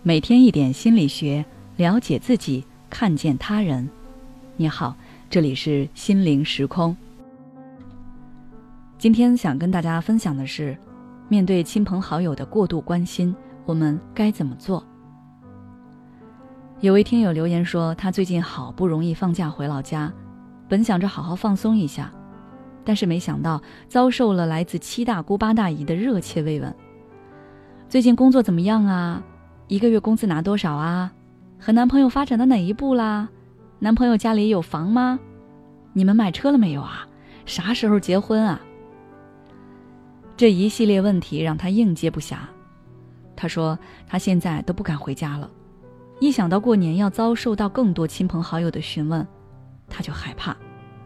每天一点心理学，了解自己，看见他人。你好，这里是心灵时空。今天想跟大家分享的是，面对亲朋好友的过度关心，我们该怎么做？有位听友留言说，他最近好不容易放假回老家，本想着好好放松一下，但是没想到遭受了来自七大姑八大姨的热切慰问。最近工作怎么样啊？一个月工资拿多少啊？和男朋友发展到哪一步啦？男朋友家里有房吗？你们买车了没有啊？啥时候结婚啊？这一系列问题让他应接不暇。他说他现在都不敢回家了，一想到过年要遭受到更多亲朋好友的询问，他就害怕。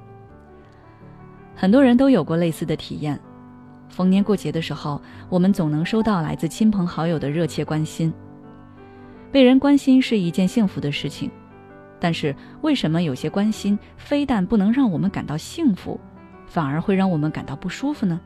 很多人都有过类似的体验，逢年过节的时候，我们总能收到来自亲朋好友的热切关心。被人关心是一件幸福的事情，但是为什么有些关心非但不能让我们感到幸福，反而会让我们感到不舒服呢？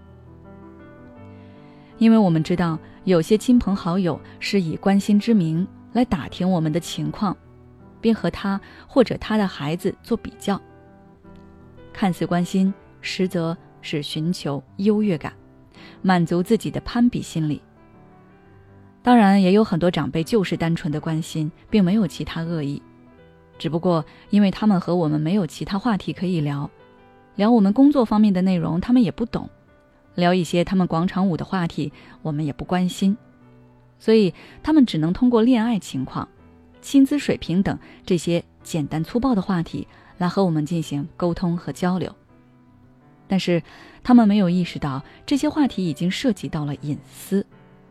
因为我们知道，有些亲朋好友是以关心之名来打听我们的情况，并和他或者他的孩子做比较。看似关心，实则是寻求优越感，满足自己的攀比心理。当然也有很多长辈就是单纯的关心，并没有其他恶意，只不过因为他们和我们没有其他话题可以聊，聊我们工作方面的内容他们也不懂，聊一些他们广场舞的话题我们也不关心，所以他们只能通过恋爱情况、薪资水平等这些简单粗暴的话题来和我们进行沟通和交流。但是他们没有意识到，这些话题已经涉及到了隐私。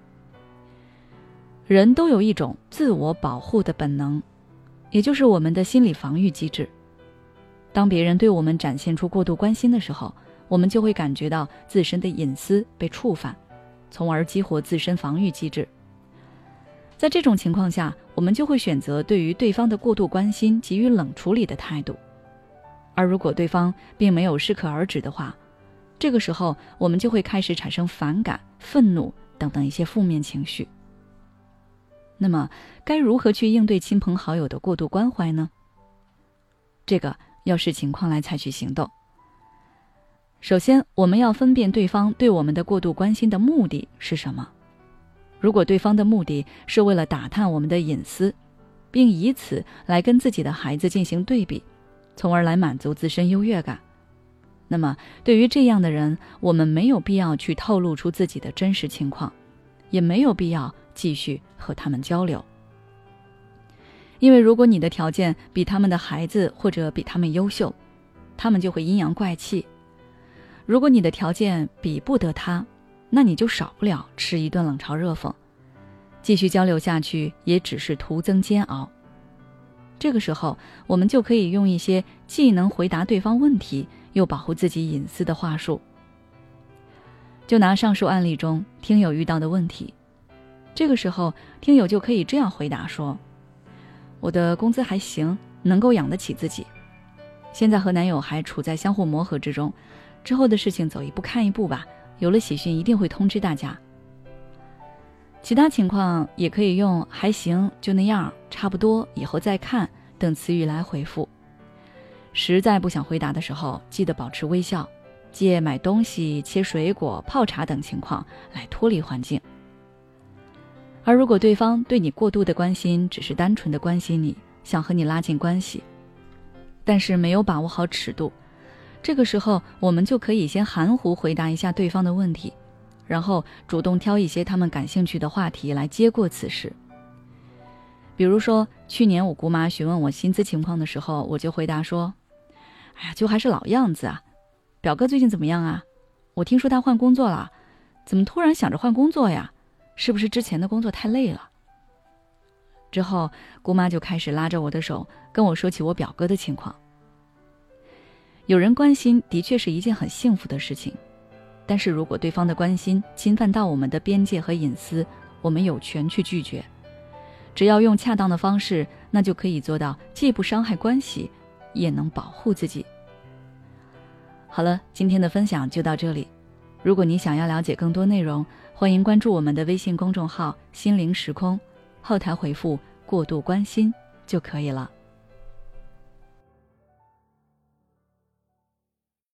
人都有一种自我保护的本能，也就是我们的心理防御机制。当别人对我们展现出过度关心的时候，我们就会感觉到自身的隐私被触犯，从而激活自身防御机制。在这种情况下，我们就会选择对于对方的过度关心给予冷处理的态度。而如果对方并没有适可而止的话，这个时候我们就会开始产生反感、愤怒等等一些负面情绪。那么该如何去应对亲朋好友的过度关怀呢？这个要视情况来采取行动。首先，我们要分辨对方对我们的过度关心的目的是什么。如果对方的目的是为了打探我们的隐私，并以此来跟自己的孩子进行对比，从而来满足自身优越感，那么对于这样的人，我们没有必要去透露出自己的真实情况，也没有必要继续和他们交流。因为如果你的条件比他们的孩子或者比他们优秀，他们就会阴阳怪气；如果你的条件比不得他，那你就少不了吃一顿冷嘲热讽，继续交流下去也只是徒增煎熬。这个时候，我们就可以用一些既能回答对方问题，又保护自己隐私的话术。就拿上述案例中听友遇到的问题，这个时候听友就可以这样回答说，我的工资还行，能够养得起自己，现在和男友还处在相互磨合之中，之后的事情走一步看一步吧，有了喜讯一定会通知大家。其他情况也可以用还行，就那样，差不多，以后再看等词语来回复。实在不想回答的时候，记得保持微笑，借买东西、切水果、泡茶等情况来脱离环境。而如果对方对你过度的关心只是单纯的关心你，想和你拉近关系，但是没有把握好尺度，这个时候我们就可以先含糊回答一下对方的问题，然后主动挑一些他们感兴趣的话题来接过此事。比如说，去年我姑妈询问我薪资情况的时候，我就回答说，哎呀，就还是老样子啊。表哥最近怎么样啊？我听说他换工作了，怎么突然想着换工作呀？是不是之前的工作太累了？之后，姑妈就开始拉着我的手，跟我说起我表哥的情况。有人关心的确是一件很幸福的事情，但是如果对方的关心侵犯到我们的边界和隐私，我们有权去拒绝。只要用恰当的方式，那就可以做到既不伤害关系，也能保护自己。好了，今天的分享就到这里。如果你想要了解更多内容，欢迎关注我们的微信公众号心灵时空， 后台回复过度关心就可以了。